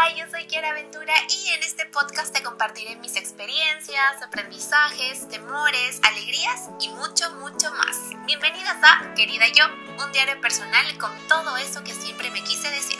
yo soy Kiara Ventura y en este podcast te compartiré mis experiencias, aprendizajes, temores, alegrías y mucho, mucho más. Bienvenidas a Querida Yo, un diario personal con todo eso que siempre me quise decir.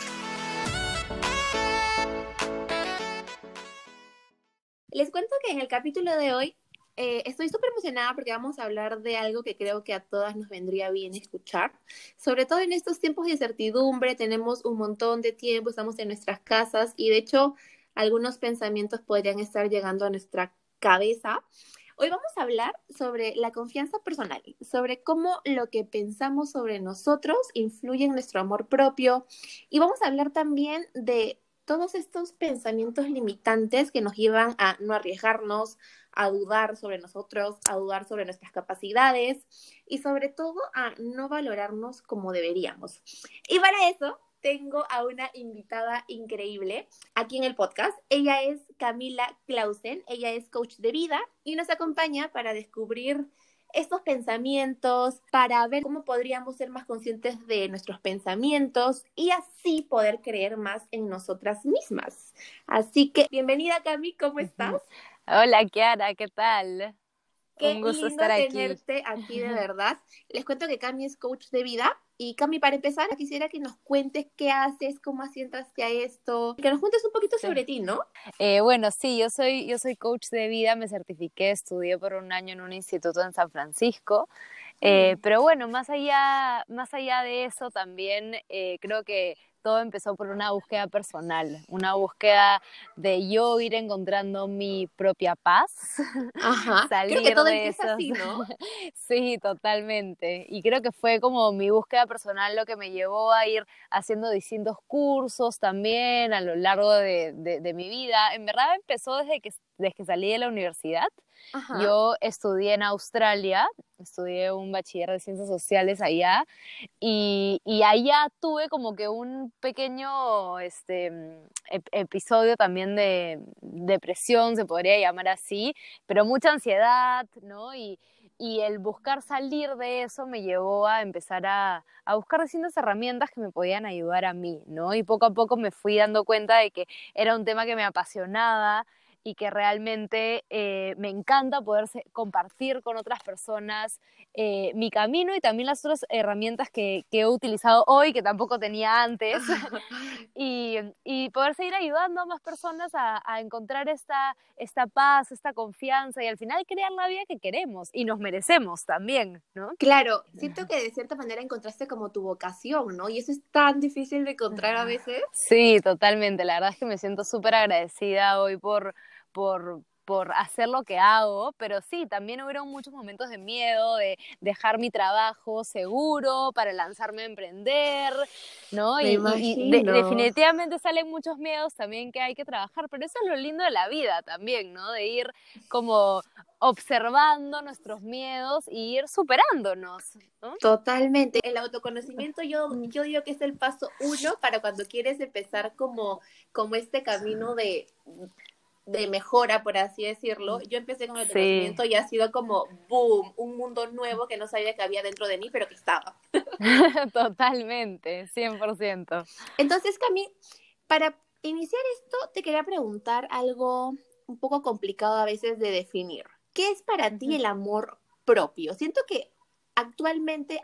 Les cuento que en el capítulo de hoy estoy súper emocionada porque vamos a hablar de algo que creo que a todas nos vendría bien escuchar. Sobre todo en estos tiempos de incertidumbre, tenemos un montón de tiempo, estamos en nuestras casas y de hecho algunos pensamientos podrían estar llegando a nuestra cabeza. Hoy vamos a hablar sobre la confianza personal, sobre cómo lo que pensamos sobre nosotros influye en nuestro amor propio y vamos a hablar también de todos estos pensamientos limitantes que nos llevan a no arriesgarnos, a dudar sobre nosotros, a dudar sobre nuestras capacidades y sobre todo a no valorarnos como deberíamos. Y para eso tengo a una invitada increíble aquí en el podcast. Ella es Camila Clausen, ella es coach de vida y nos acompaña para descubrir estos pensamientos, para ver cómo podríamos ser más conscientes de nuestros pensamientos y así poder creer más en nosotras mismas. Así que, bienvenida Cami, ¿cómo estás? Hola Kiara, ¿qué tal? Qué Un gusto lindo estar aquí. tenerte aquí de verdad. Les cuento que Cami es coach de vida y Cami, para empezar, quisiera que nos cuentes qué haces, cómo así entraste a esto, que nos cuentes un poquito Sí. sobre ti, ¿no? Bueno, sí, yo soy coach de vida, me certifiqué, estudié por un año en un instituto en San Francisco. Pero bueno, más allá de eso también creo que todo empezó por una búsqueda personal, una búsqueda de yo ir encontrando mi propia paz, Ajá, creo que salir todo de empieza esos... así, ¿no? Sí, totalmente. Y creo que fue como mi búsqueda personal lo que me llevó a ir haciendo distintos cursos también a lo largo de mi vida. En verdad empezó desde que salí de la universidad. Ajá. Yo estudié en Australia, estudié un bachiller de ciencias sociales allá y allá tuve como que un pequeño episodio también de depresión, se podría llamar así, pero mucha ansiedad, ¿no? Y el buscar salir de eso me llevó a empezar a buscar distintas herramientas que me podían ayudar a mí, ¿no? Y poco a poco me fui dando cuenta de que era un tema que me apasionaba y que realmente me encanta poder compartir con otras personas mi camino y también las otras herramientas que he utilizado hoy, que tampoco tenía antes, y poder seguir ayudando a más personas a encontrar esta paz, esta confianza y al final crear la vida que queremos y nos merecemos también, ¿no? Claro, siento que de cierta manera encontraste como tu vocación, ¿no? Y eso es tan difícil de encontrar a veces. Sí, totalmente. La verdad es que me siento súper agradecida hoy por hacer lo que hago, pero sí, también hubieron muchos momentos de miedo, de dejar mi trabajo seguro para lanzarme a emprender, ¿no? Me imagino. Definitivamente salen muchos miedos también que hay que trabajar, pero eso es lo lindo de la vida también, ¿no? De ir como observando nuestros miedos y ir superándonos, ¿no? Totalmente. El autoconocimiento yo digo que es el paso uno para cuando quieres empezar como este camino de mejora, por así decirlo. Yo empecé con el Sí. autoconocimiento y ha sido como boom, un mundo nuevo que no sabía que había dentro de mí, pero que estaba. Totalmente, 100%. Entonces, Cami, para iniciar esto, te quería preguntar algo un poco complicado a veces de definir. ¿Qué es para ti el amor propio? Siento que actualmente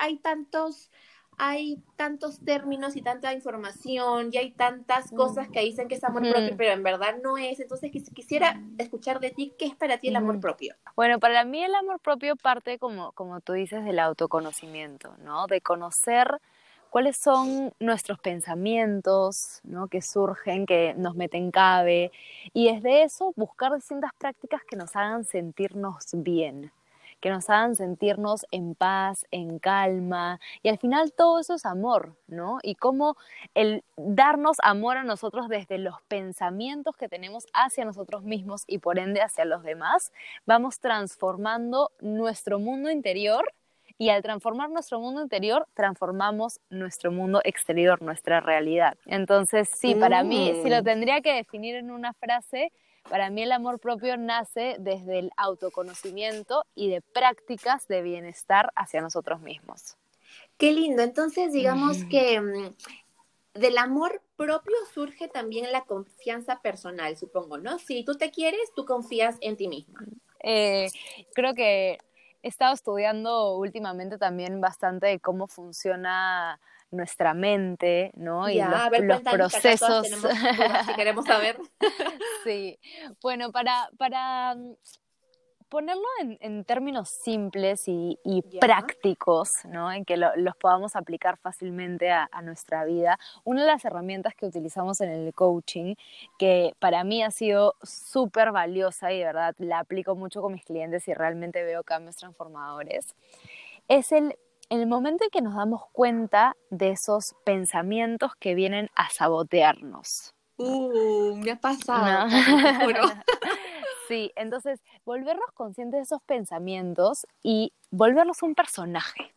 hay tantos términos y tanta información y hay tantas cosas que dicen que es amor propio, Ujú, pero en verdad no es. Entonces, quisiera escuchar de ti qué es para ti el amor ujú. propio. Bueno, para mí el amor propio parte, como tú dices, del autoconocimiento, ¿no? De conocer cuáles son nuestros pensamientos, ¿no? Que surgen, que nos meten cabe, y desde eso buscar distintas prácticas que nos hagan sentirnos bien, que nos hagan sentirnos en paz, en calma, y al final todo eso es amor, ¿no? Y cómo el darnos amor a nosotros desde los pensamientos que tenemos hacia nosotros mismos y por ende hacia los demás, vamos transformando nuestro mundo interior y al transformar nuestro mundo interior, transformamos nuestro mundo exterior, nuestra realidad. Entonces, sí, para mí, si lo Mm. tendría que definir en una frase, para mí el amor propio nace desde el autoconocimiento y de prácticas de bienestar hacia nosotros mismos. Qué lindo. Entonces, digamos que del amor propio surge también la confianza personal, supongo, ¿no? Si tú te quieres, tú confías en ti misma. Eh, Creo que he estado estudiando últimamente también bastante de cómo funciona nuestra mente, ¿no? Y Ya, a ver, los cuéntanos, que acá todas procesos. tenemos dudas y queremos saber. Sí, bueno, para ponerlo en términos simples y Ya, prácticos, ¿no? En que los podamos aplicar fácilmente a nuestra vida. Una de las herramientas que utilizamos en el coaching, que para mí ha sido súper valiosa y de verdad la aplico mucho con mis clientes y realmente veo cambios transformadores, es el momento en que nos damos cuenta de esos pensamientos que vienen a sabotearnos. me ha pasado, ¿No? Cami, te juro. Sí, entonces volvernos conscientes de esos pensamientos y volverlos un personaje.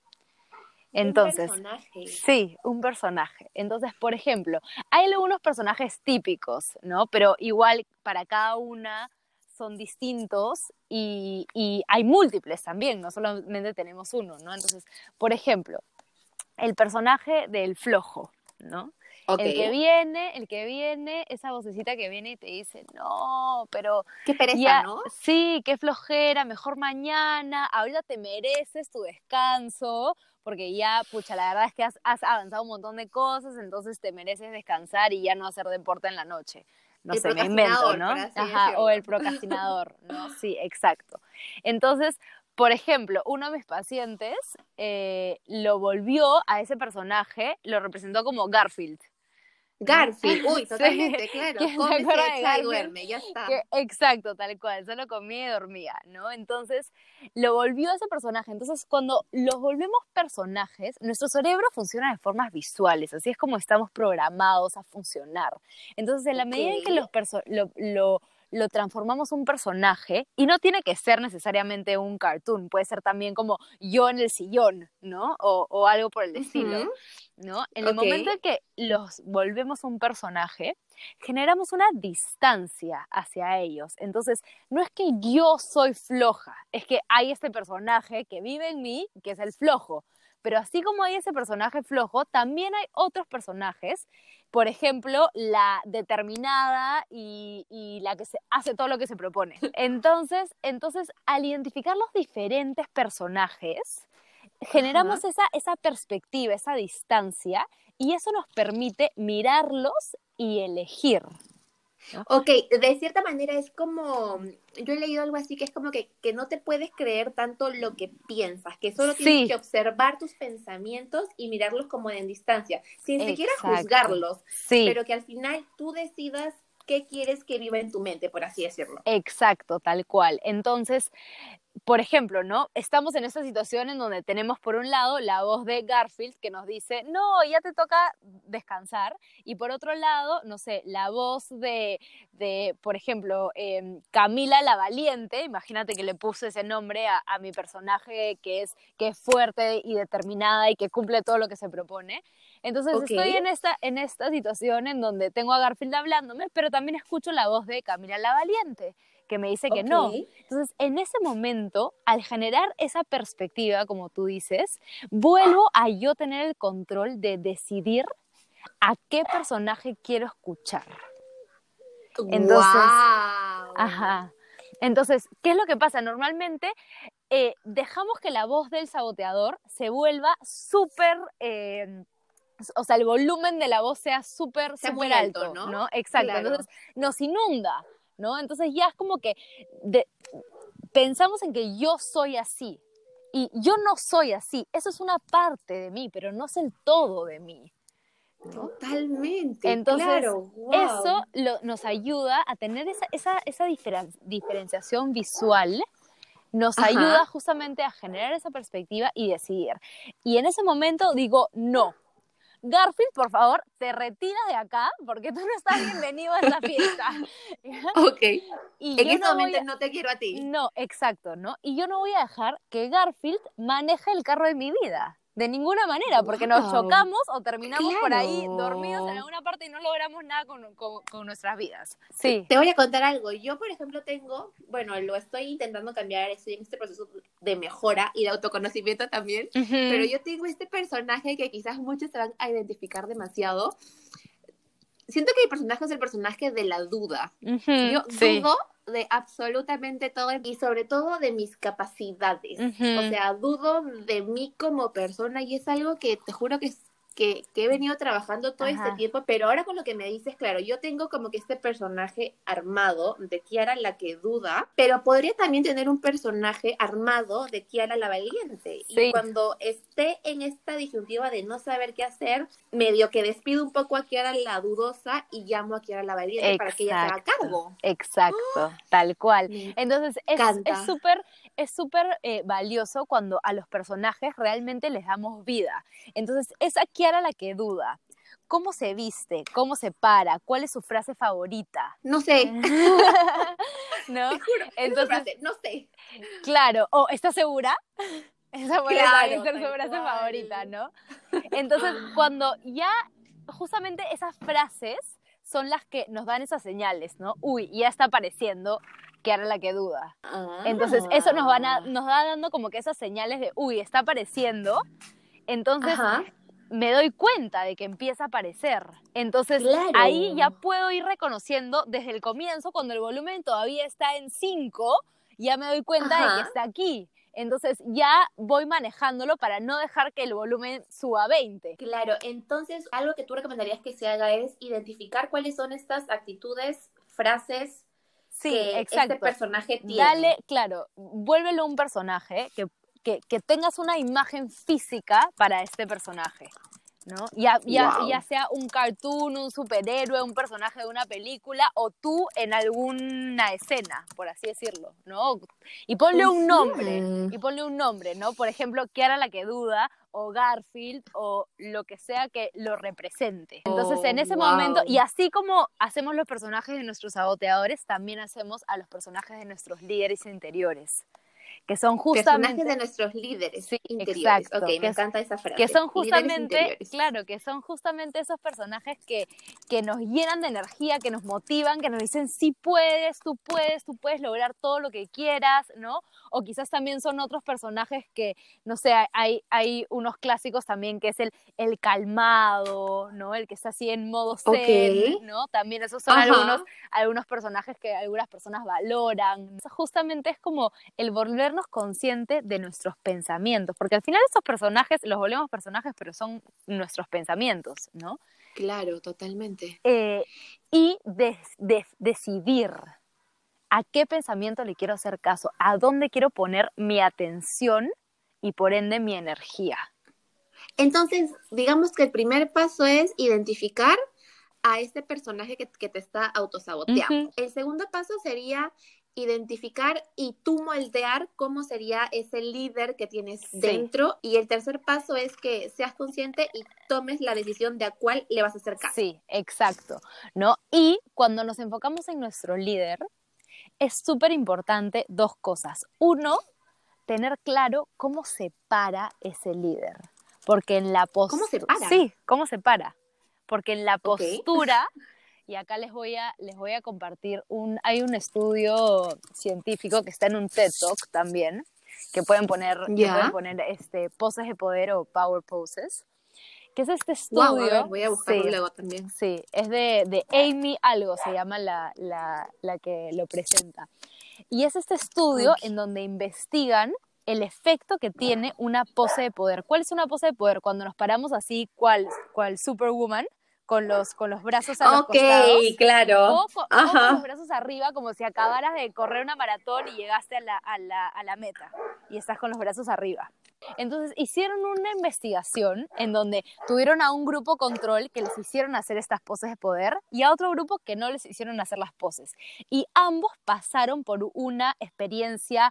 Un Entonces, personaje. sí, un personaje. Entonces, por ejemplo, hay algunos personajes típicos, ¿no? Pero igual para cada una son distintos y hay múltiples también, no solamente tenemos uno, ¿no? Entonces, por ejemplo, el personaje del flojo, ¿no? Ok, El que viene, esa vocecita que viene y te dice, no, pero qué pereza, ya, ¿no? sí, qué flojera, mejor mañana, ahorita te mereces tu descanso, porque ya, pucha, la verdad es que has avanzado un montón de cosas, entonces te mereces descansar y ya no hacer deporte en la noche. No El sé, me invento, procrastinador, por ¿no? así Ajá, o decirlo. el procrastinador, ¿no? Sí, exacto. Entonces, por ejemplo, uno de mis pacientes lo volvió a ese personaje, lo representó como Garfield, ¿no? Garfield, uy, Sí, totalmente, claro. ¿quién se Come, se acuerda de echa y Garfield? duerme, ya está. Que, exacto, tal cual, solo comía y dormía, ¿no? Entonces, lo volvió a ese personaje. Entonces, cuando los volvemos personajes, nuestro cerebro funciona de formas visuales, así es como estamos programados a funcionar. Entonces, en la Ok. medida en que lo transformamos un personaje, y no tiene que ser necesariamente un cartoon, puede ser también como yo en el sillón, ¿no? O algo por el estilo, Ujú, ¿no? En el ok. momento en que los volvemos un personaje, generamos una distancia hacia ellos. Entonces, no es que yo soy floja, es que hay este personaje que vive en mí, que es el flojo. Pero así como hay ese personaje flojo, también hay otros personajes, por ejemplo, la determinada y la que hace todo lo que se propone. Entonces, al identificar los diferentes personajes, Ajá. generamos esa perspectiva, esa distancia, y eso nos permite mirarlos y elegir, ¿no? Ok, de cierta manera es como, yo he leído algo así que es como que no te puedes creer tanto lo que piensas, que solo tienes que Sí, observar tus pensamientos y mirarlos como en distancia, sin siquiera exacto. juzgarlos, Sí, pero que al final tú decidas qué quieres que viva en tu mente, por así decirlo. exacto, tal cual. Entonces, por ejemplo, ¿no? Estamos en esta situación en donde tenemos por un lado la voz de Garfield que nos dice, no, ya te toca descansar, y por otro lado, no sé, la voz de por ejemplo, Camila la Valiente, imagínate que le puse ese nombre a mi personaje que es fuerte y determinada y que cumple todo lo que se propone. Entonces Ok, estoy en esta situación en donde tengo a Garfield hablándome, pero también escucho la voz de Camila la Valiente, que me dice que ok. no. Entonces, en ese momento, al generar esa perspectiva, como tú dices, vuelvo a yo tener el control de decidir a qué personaje quiero escuchar. Entonces, Wow. ajá. Entonces, ¿qué es lo que pasa? Normalmente dejamos que la voz del saboteador se vuelva súper, o sea, el volumen de la voz sea súper, Sea súper muy alto, alto, ¿no? ¿no? Exacto. Entonces, Claro. nos inunda, ¿no? Entonces ya es como que de, pensamos en que yo soy así y yo no soy así. Eso es una parte de mí, pero no es el todo de mí, ¿no? Totalmente, Entonces, claro. eso Wow. nos ayuda a tener esa diferenciación visual, nos Ajá. ayuda justamente a generar esa perspectiva y decidir. Y en ese momento digo, no. Garfield, por favor, te retiras de acá porque tú no estás bienvenido a esta fiesta. Ok. Y En yo ese no voy momento a, no te quiero a ti. no, exacto, ¿no? Y yo no voy a dejar que Garfield maneje el carro de mi vida. de ninguna manera, porque nos Wow. chocamos o terminamos por ahí dormidos en Claro. alguna parte y no logramos nada con nuestras vidas. Sí. Te voy a contar algo. Yo, por ejemplo, bueno, lo estoy intentando cambiar, estoy en este proceso de mejora y de autoconocimiento también, pero Uh-huh. yo tengo este personaje que quizás muchos se van a identificar demasiado. Siento que mi personaje es el personaje de la duda. Uh-huh. Yo Sí. dudo de absolutamente todo y sobre todo de mis capacidades. O Uh-huh. sea, dudo de mí como persona y es algo que te juro que he venido trabajando todo este Ajá. tiempo, pero ahora con lo que me dices, claro, yo tengo como que este personaje armado de Kiara la que duda, pero podría también tener un personaje armado de Kiara la valiente. Y Sí. cuando esté en esta disyuntiva de no saber qué hacer, medio que despido un poco a Kiara la dudosa y llamo a Kiara la valiente para que ella se haga cargo. Exacto, tal cual. Me Entonces encanta. es súper valioso cuando a los personajes realmente les damos vida. Entonces es a Kiara la que duda. ¿Cómo se viste? ¿Cómo se para? ¿Cuál es su frase favorita? No sé, ¿No? te juro, esa es su Entonces, frase, no sé. claro, o ¿estás segura? Esa puede también Claro, ser su tal frase favorita, cual. ¿no? Entonces, cuando ya justamente esas frases son las que nos dan esas señales, ¿no? Uy, ya está apareciendo que era la que duda. Entonces, eso nos va dando como que esas señales de, uy, está apareciendo. Entonces, Ajá, me doy cuenta de que empieza a aparecer. Entonces, ahí ya claro. puedo ir reconociendo desde el comienzo, cuando el volumen todavía está en 5, ya me doy cuenta de que Ajá. está aquí. Entonces, ya voy manejándolo para no dejar que el volumen suba a 20. Claro, entonces algo que tú recomendarías que se haga es identificar cuáles son estas actitudes, frases Sí, que este exacto. personaje Dale, tiene. claro, vuélvelo un personaje que tengas una imagen física para este personaje, ¿no? Ya Wow. sea un cartoon, un superhéroe, un personaje de una película o tú en alguna escena, por así decirlo, ¿no? Y ponle un nombre, ¿no? Por ejemplo, Kiara la que duda o Garfield o lo que sea que lo represente. Entonces, Oh, en ese momento, y wow. así como hacemos los personajes de nuestros saboteadores, también hacemos a los personajes de nuestros líderes interiores, que son Personajes justamente, de nuestros líderes sí, interiores. Ok, exacto, me encanta esa que frase. son Líderes justamente, interiores. claro, que son justamente esos personajes que nos llenan de energía, que nos motivan, que nos dicen, sí puedes, tú puedes lograr todo lo que quieras, ¿no? O quizás también son otros personajes que, no sé, hay unos clásicos también que es el calmado, ¿no? El que está así en modo Ok. zen, ¿no? También esos son Ajá. algunos personajes que algunas personas valoran. Eso justamente es como el volvernos conscientes de nuestros pensamientos, porque al final esos personajes los volvemos personajes, pero son nuestros pensamientos, ¿no? Claro, totalmente. Eh, y decidir a qué pensamiento le quiero hacer caso, a dónde quiero poner mi atención y por ende mi energía. Entonces, digamos que el primer paso es identificar a este personaje que te está autosaboteando. Uh-huh. El segundo paso sería identificar y tú moldear cómo sería ese líder que tienes Sí. dentro. Y el tercer paso es que seas consciente y tomes la decisión de a cuál le vas a hacer caso. Sí, exacto, ¿no? Y cuando nos enfocamos en nuestro líder, es súper importante dos cosas. Uno, tener claro cómo se para ese líder. Porque en la ¿Cómo se postura, para? sí, cómo se para. Porque en la Ok. postura, y acá les voy a compartir hay un estudio científico que está en un TED Talk también, que pueden Ya. poner poses de poder o power poses, que es este Wow, a ver, estudio, voy a buscarlo sí, luego también. sí, es de Amy algo, se llama la que lo presenta. Y es este estudio Ok. en donde investigan el efecto que tiene una pose de poder. ¿Cuál es una pose de poder? Cuando nos paramos así, cual Superwoman, con los brazos a los Ok, costados, claro. o con los Ajá. brazos arriba, como si acabaras de correr una maratón y llegaste a la meta, y estás con los brazos arriba. Entonces hicieron una investigación en donde tuvieron a un grupo control que les hicieron hacer estas poses de poder y a otro grupo que no les hicieron hacer las poses. Y ambos pasaron por una experiencia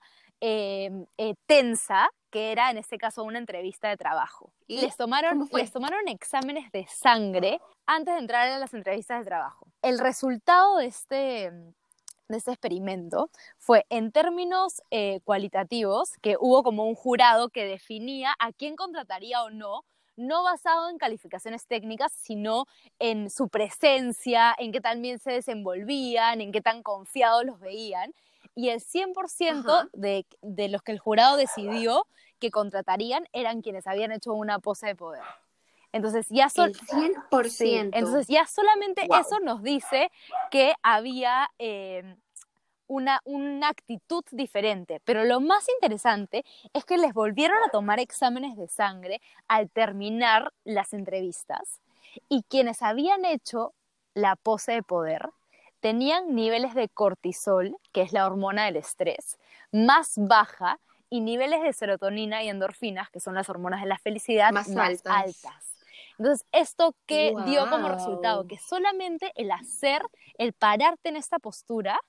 tensa, que era en este caso una entrevista de trabajo. ¿Y cómo Les fue? tomaron exámenes de sangre antes de entrar a las entrevistas de trabajo. El resultado de ese experimento fue en términos cualitativos, que hubo como un jurado que definía a quién contrataría o no, no basado en calificaciones técnicas, sino en su presencia, en qué tan bien se desenvolvían, en qué tan confiados los veían. Y el 100% de los que el jurado decidió que contratarían eran quienes habían hecho una pose de poder. Entonces ya, El 100%. sí, entonces ya solamente Wow. eso nos dice que había una actitud diferente. Pero lo más interesante es que les volvieron a tomar exámenes de sangre al terminar las entrevistas, y quienes habían hecho la pose de poder tenían niveles de cortisol, que es la hormona del estrés, más baja, y niveles de serotonina y endorfinas, que son las hormonas de la felicidad, más altas. Entonces, ¿esto qué dio como resultado? Que solamente el pararte en esta postura,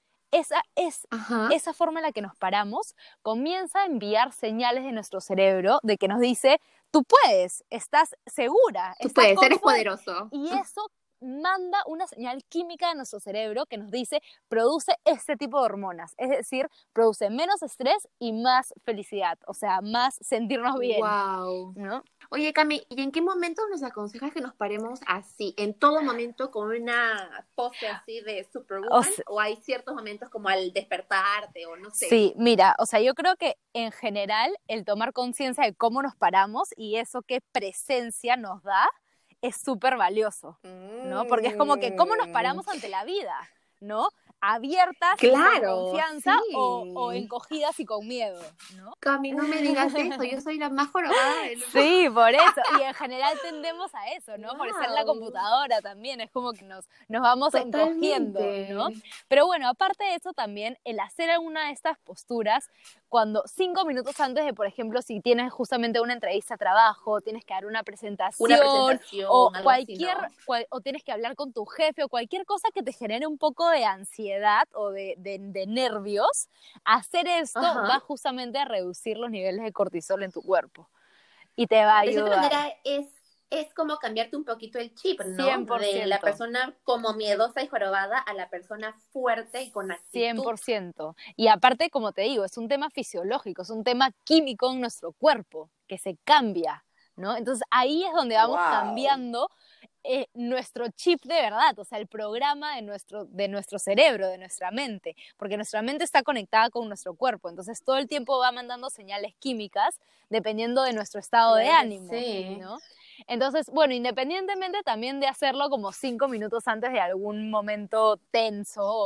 esa forma en la que nos paramos, comienza a enviar señales de nuestro cerebro de que nos dice, tú puedes, estás segura, tú puedes, eres poderoso. Y eso manda una señal química de nuestro cerebro que nos dice, produce este tipo de hormonas, es decir, produce menos estrés y más felicidad, o sea, más sentirnos bien. Wow. ¿No? Oye, Cami, ¿y en qué momento nos aconsejas que nos paremos así? ¿En todo momento con una pose así de Superwoman? ¿O hay ciertos momentos como al despertarte o no sé? Sí, mira, o sea, yo creo que en general el tomar conciencia de cómo nos paramos y eso qué presencia nos da es súper valioso, ¿no? Porque es como que cómo nos paramos ante la vida, ¿no? Abiertas, claro, con confianza, sí. o encogidas y con miedo, ¿no? Cami, no me digas eso, yo soy la más jorobada del mundo. Sí, por eso, y en general tendemos a eso, ¿no? Wow. Por ser la computadora también, es como que nos vamos encogiendo, ¿no? Pero bueno, aparte de eso también, el hacer alguna de estas posturas, cuando 5 minutos antes de, por ejemplo, si tienes justamente una entrevista de trabajo, tienes que dar una presentación o cualquier, así, ¿no? O tienes que hablar con tu jefe, o cualquier cosa que te genere un poco de ansiedad o de nervios, hacer esto va justamente a reducir los niveles de cortisol en tu cuerpo y te va a ayudar. De cierta manera es como cambiarte un poquito el chip, ¿no? 100%. De la persona como miedosa y jorobada a la persona fuerte y con actitud. 100%. Y aparte, como te digo, es un tema fisiológico, es un tema químico en nuestro cuerpo, que se cambia, ¿no? Entonces ahí es donde vamos cambiando nuestro chip de verdad, o sea, el programa de nuestro cerebro, de nuestra mente, porque nuestra mente está conectada con nuestro cuerpo, entonces todo el tiempo va mandando señales químicas dependiendo de nuestro estado de ánimo, ¿no? Entonces, bueno, independientemente también de hacerlo como 5 minutos antes de algún momento tenso,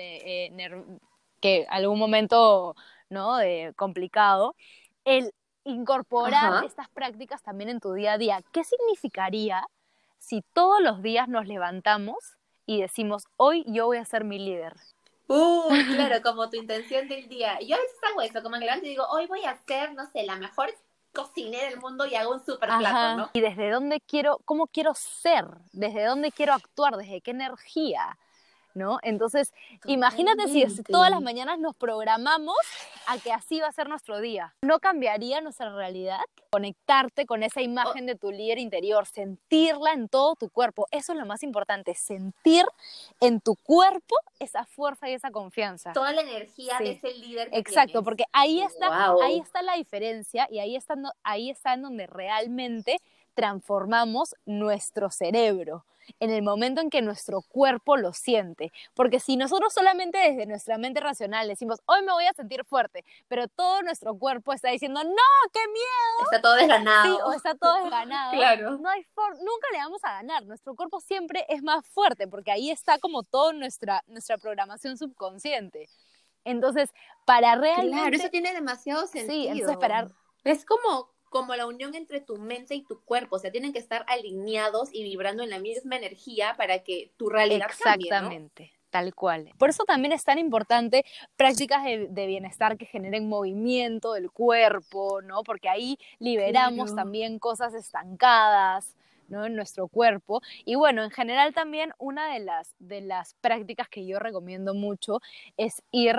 que algún momento, ¿no?, complicado, el incorporar estas prácticas también en tu día a día. ¿Qué significaría si todos los días nos levantamos y decimos, hoy yo voy a ser mi líder? Claro, como tu intención del día. Yo a veces hago eso, como que levanto y digo, hoy voy a ser, no sé, la mejor cocinera del mundo y hago un super plato, ¿no? Y desde dónde cómo quiero ser, desde dónde quiero actuar, desde qué energía, ¿no? Entonces, imagínate si todas las mañanas nos programamos a que así va a ser nuestro día. ¿No cambiaría nuestra realidad? Conectarte con esa imagen de tu líder interior, sentirla en todo tu cuerpo. Eso es lo más importante, sentir en tu cuerpo esa fuerza y esa confianza. Toda la energía de ese líder que exacto, tienes. Porque ahí está la diferencia, y ahí está en donde realmente transformamos nuestro cerebro, en el momento en que nuestro cuerpo lo siente. Porque si nosotros solamente desde nuestra mente racional decimos, hoy me voy a sentir fuerte, pero todo nuestro cuerpo está diciendo, no, qué miedo. Está todo desganado. Sí, o está todo desganado. Claro. Nunca le vamos a ganar. Nuestro cuerpo siempre es más fuerte, porque ahí está como toda nuestra programación subconsciente. Entonces, para realmente... Claro, eso tiene demasiado sentido. Sí, entonces esperar... Es como la unión entre tu mente y tu cuerpo, o sea, tienen que estar alineados y vibrando en la misma energía para que tu realidad cambie, ¿no? Exactamente, tal cual. Por eso también es tan importante prácticas de bienestar que generen movimiento del cuerpo, ¿no? Porque ahí liberamos también cosas estancadas, ¿no?, en nuestro cuerpo. Y bueno, en general también una de las prácticas que yo recomiendo mucho es ir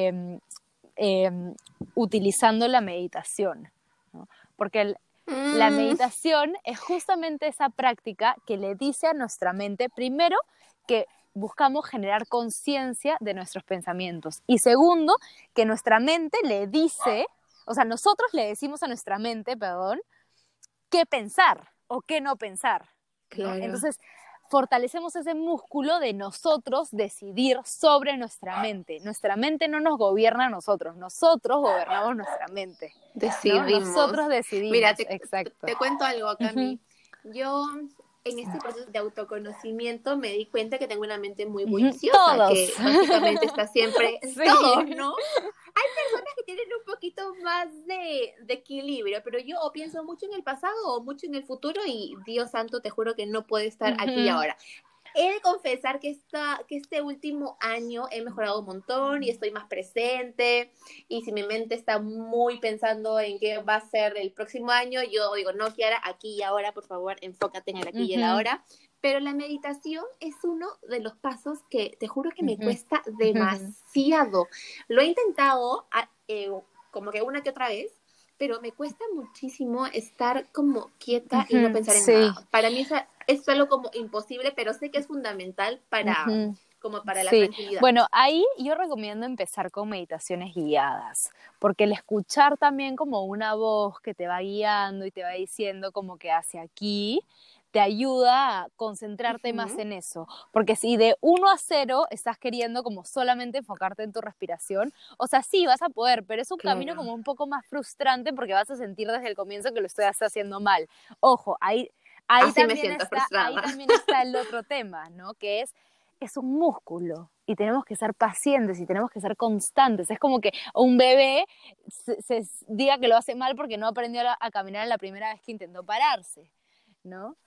utilizando la meditación, ¿no? Porque la meditación es justamente esa práctica que le dice a nuestra mente, primero, que buscamos generar conciencia de nuestros pensamientos. Y segundo, que nuestra mente le dice, o sea, nosotros le decimos a nuestra mente, perdón, qué pensar o qué no pensar, ¿no? Claro. Entonces, fortalecemos ese músculo de nosotros decidir sobre nuestra mente. Nuestra mente no nos gobierna a nosotros gobernamos nuestra mente, ¿no? Decidimos. Nosotros decidimos, Mira, exacto. te cuento algo, Cami. Uh-huh. Yo en este proceso de autoconocimiento me di cuenta que tengo una mente muy Uh-huh. bulliciosa, Todos. que básicamente está siempre, Sí. todos, ¿no? Hay personas que tienen un poquito más de equilibrio, pero yo o pienso mucho en el pasado o mucho en el futuro y Dios santo, te juro que no puede estar aquí y ahora. He de confesar que este último año he mejorado un montón y estoy más presente, y si mi mente está muy pensando en qué va a ser el próximo año, yo digo, no, Kiara, aquí y ahora, por favor, enfócate en el aquí y el ahora. Pero la meditación es uno de los pasos que te juro que me cuesta demasiado. Lo he intentado como que una que otra vez, pero me cuesta muchísimo estar como quieta y no pensar en nada. Para mí es algo como imposible, pero sé que es fundamental para, como para la tranquilidad. Bueno, ahí yo recomiendo empezar con meditaciones guiadas, porque el escuchar también como una voz que te va guiando y te va diciendo como que hacia aquí, te ayuda a concentrarte más en eso. Porque si de 1 a 0 estás queriendo como solamente enfocarte en tu respiración, o sea, sí, vas a poder, pero es un camino como un poco más frustrante porque vas a sentir desde el comienzo que lo estás haciendo mal. Ojo, ahí también está el otro tema, ¿no? Que es un músculo y tenemos que ser pacientes y tenemos que ser constantes. Es como que un bebé se diga que lo hace mal porque no aprendió a caminar la primera vez que intentó pararse, ¿no?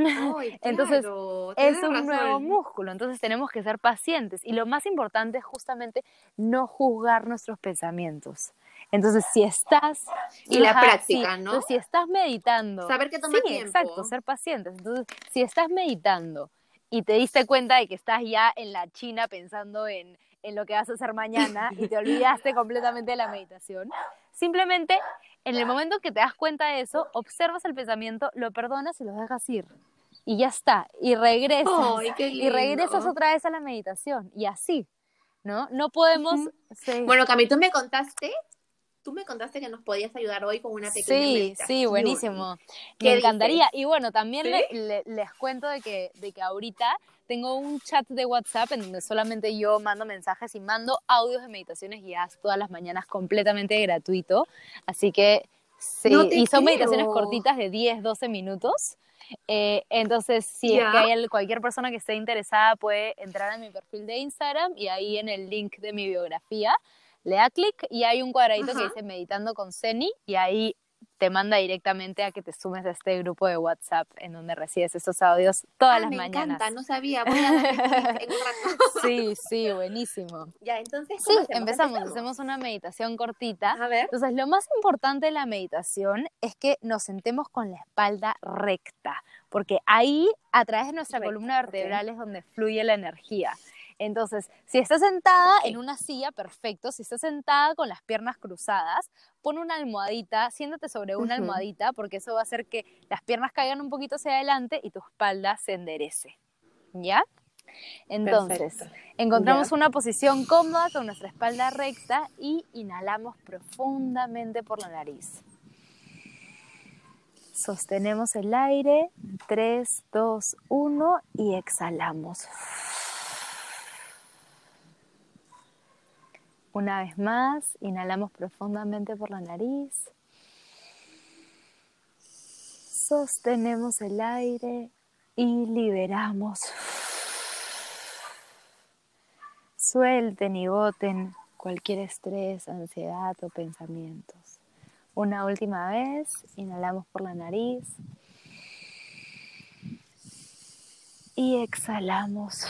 Ay, Entonces, claro, es un nuevo músculo, entonces tenemos que ser pacientes. Y lo más importante es justamente no juzgar nuestros pensamientos. Entonces, si estás... Y la práctica, ¿no? Entonces, si estás meditando... Saber que toma tiempo. Exacto, ser pacientes. Entonces, si estás meditando y te diste cuenta de que estás ya en la China pensando en lo que vas a hacer mañana y te olvidaste completamente de la meditación, simplemente en el momento que te das cuenta de eso, observas el pensamiento, lo perdonas y lo dejas ir. Y ya está. Y regresas. ¡Ay, qué lindo! Y regresas otra vez a la meditación. Y así, ¿no? No podemos... Sí. Bueno, Cami, tú me contaste que nos podías ayudar hoy con una pequeña meditación. Sí, buenísimo. Me encantaría. Dices? Y bueno, también ¿Sí? les cuento de que ahorita tengo un chat de WhatsApp en donde solamente yo mando mensajes y mando audios de meditaciones guiadas todas las mañanas completamente gratuito. Así que sí, No te y son creo. meditaciones cortitas de 10, 12 minutos. Entonces, si es que hay cualquier persona que esté interesada puede entrar a mi perfil de Instagram y ahí en el link de mi biografía le da clic y hay un cuadradito que dice Meditando con Zeni y ahí te manda directamente a que te sumes a este grupo de WhatsApp en donde recibes esos audios todas las mañanas. Me encanta, no sabía, voy a darle clic en un rato. Sí, buenísimo. Ya, entonces, ¿cómo empezamos, hacemos una meditación cortita. A ver. Entonces, lo más importante de la meditación es que nos sentemos con la espalda recta, porque ahí, a través de nuestra columna vertebral es donde fluye la energía. Entonces, si estás sentada en una silla, perfecto. Si estás sentada con las piernas cruzadas, pon una almohadita, siéntate sobre una almohadita, porque eso va a hacer que las piernas caigan un poquito hacia adelante y tu espalda se enderece. ¿Ya? Entonces, encontramos una posición cómoda con nuestra espalda recta y inhalamos profundamente por la nariz. Sostenemos el aire, 3, 2, 1 y exhalamos. Una vez más, inhalamos profundamente por la nariz. Sostenemos el aire y liberamos. Suelten y boten cualquier estrés, ansiedad o pensamientos. Una última vez, inhalamos por la nariz y exhalamos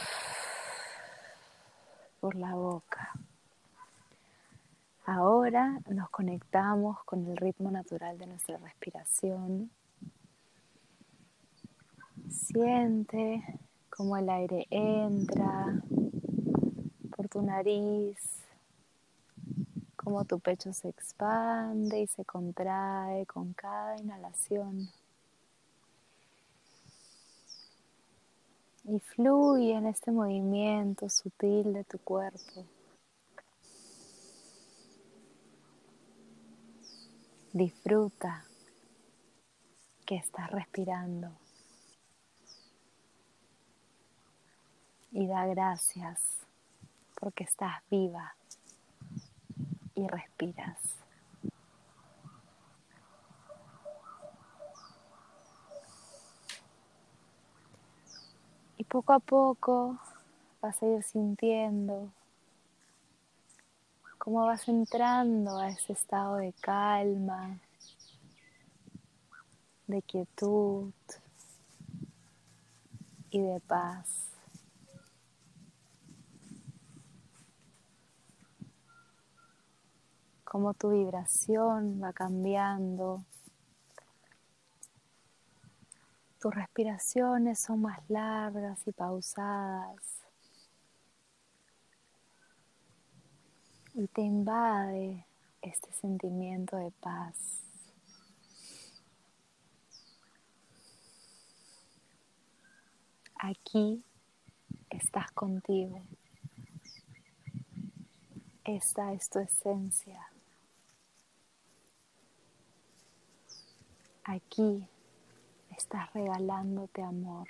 por la boca. Ahora nos conectamos con el ritmo natural de nuestra respiración. Siente cómo el aire entra por tu nariz, cómo tu pecho se expande y se contrae con cada inhalación. Y fluye en este movimiento sutil de tu cuerpo. Disfruta que estás respirando y da gracias porque estás viva y respiras. Y poco a poco vas a ir sintiendo cómo vas entrando a ese estado de calma, de quietud y de paz. Cómo tu vibración va cambiando. Tus respiraciones son más largas y pausadas. Y te invade este sentimiento de paz. Aquí estás contigo. Esta es tu esencia. Aquí estás regalándote amor.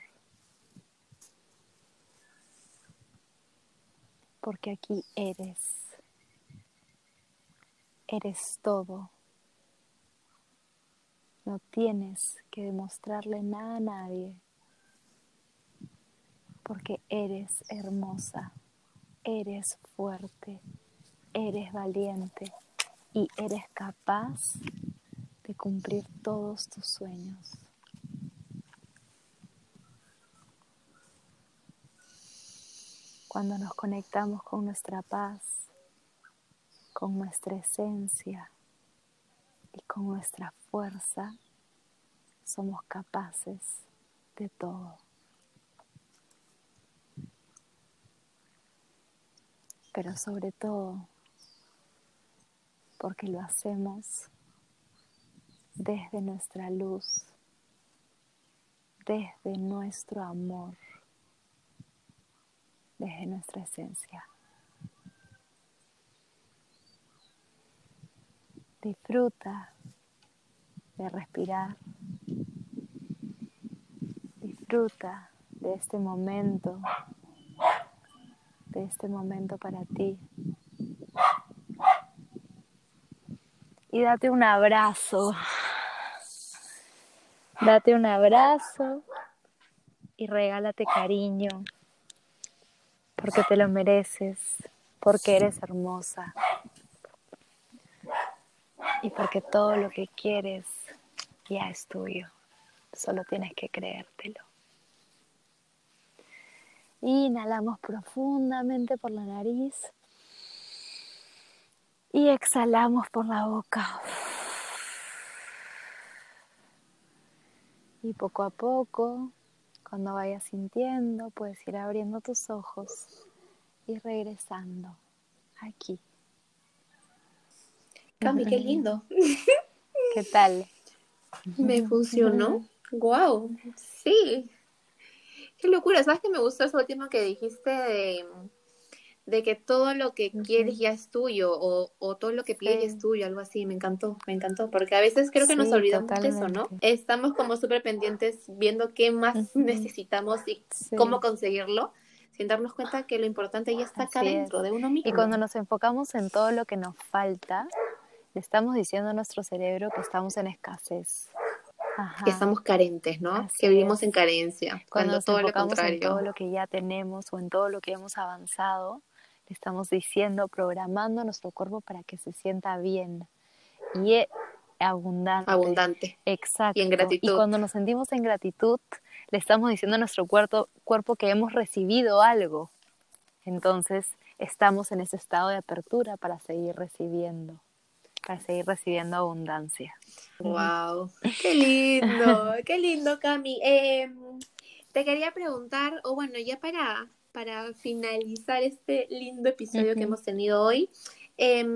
Porque aquí eres todo. No tienes que demostrarle nada a nadie. Porque eres hermosa, eres fuerte, eres valiente y eres capaz de cumplir todos tus sueños. Cuando nos conectamos con nuestra paz, con nuestra esencia y con nuestra fuerza, somos capaces de todo. Pero sobre todo, porque lo hacemos desde nuestra luz, desde nuestro amor, desde nuestra esencia. Disfruta de respirar. Disfruta de este momento para ti. Y date un abrazo. Date un abrazo y regálate cariño, porque te lo mereces, porque eres hermosa y porque todo lo que quieres ya es tuyo. Solo tienes que creértelo. Inhalamos profundamente por la nariz y exhalamos por la boca. Y poco a poco, cuando vayas sintiendo, puedes ir abriendo tus ojos y regresando aquí. Cami, qué lindo. ¿Qué tal? Me funcionó. Wow, sí. Qué locura. ¿Sabes qué me gustó eso último que dijiste de que todo lo que quieres ya es tuyo o todo lo que pides ya es Sí, tuyo, algo así? Me encantó, porque a veces creo que nos sí, olvidamos de eso, ¿no? totalmente. Estamos como súper pendientes viendo qué más necesitamos y cómo Sí, conseguirlo, sin darnos cuenta que lo importante ya está acá así es. dentro de uno Y mismo. cuando nos enfocamos en todo lo que nos falta, le estamos diciendo a nuestro cerebro que estamos en escasez. Que Ajá, estamos carentes, ¿no? Que así vivimos es. en carencia, Cuando cuando nos todo lo enfocamos en todo contrario. lo que ya tenemos o en todo lo que hemos avanzado, le estamos diciendo, programando a nuestro cuerpo para que se sienta bien y abundante. Abundante y en Exacto. Y gratitud. cuando nos sentimos en gratitud, le estamos diciendo a nuestro cuerpo que hemos recibido algo. Entonces, estamos en ese estado de apertura para seguir recibiendo abundancia. Wow, qué lindo, Cami. Te quería preguntar, o bueno, ya para finalizar este lindo episodio que Ujú. hemos tenido hoy,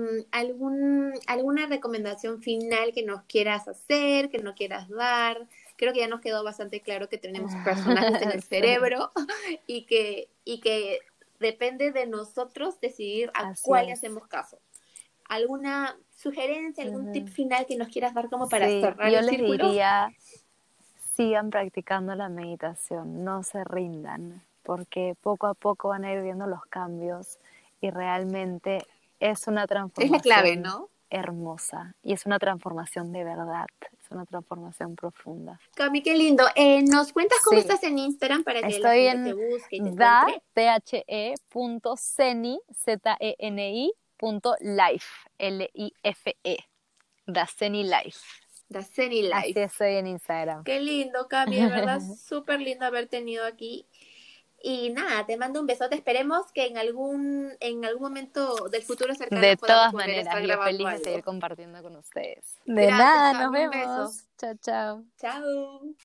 alguna recomendación final que nos quieras hacer, que nos quieras dar, creo que ya nos quedó bastante claro que tenemos personajes en el Sí, cerebro y que depende de nosotros decidir a así cuál le es. hacemos caso. ¿Alguna sugerencia, algún tip Ujú. final que nos quieras dar como para Sí, cerrar yo el les círculo? diría, sigan practicando la meditación, no se rindan, porque poco a poco van a ir viendo los cambios y realmente es una Es la clave, transformación ¿no? hermosa y es una transformación de verdad, es una transformación profunda. Cami, qué lindo. ¿Nos cuentas cómo Sí, estás en Instagram para que la estoy gente te en busque y te encuentre? da.the.ceni, zeni, .life, Life, Daceni Life. Daceni Así Life. estoy en Instagram. Qué lindo, Cami, de verdad, súper lindo haber tenido aquí. Y nada, te mando un besote. Esperemos que en algún momento del futuro cercano De podamos todas volver a maneras, estar yo grabando feliz de seguir algo. compartiendo con ustedes. De Gracias, nada, nos Cami, un beso. vemos. Chao, chao. Chao.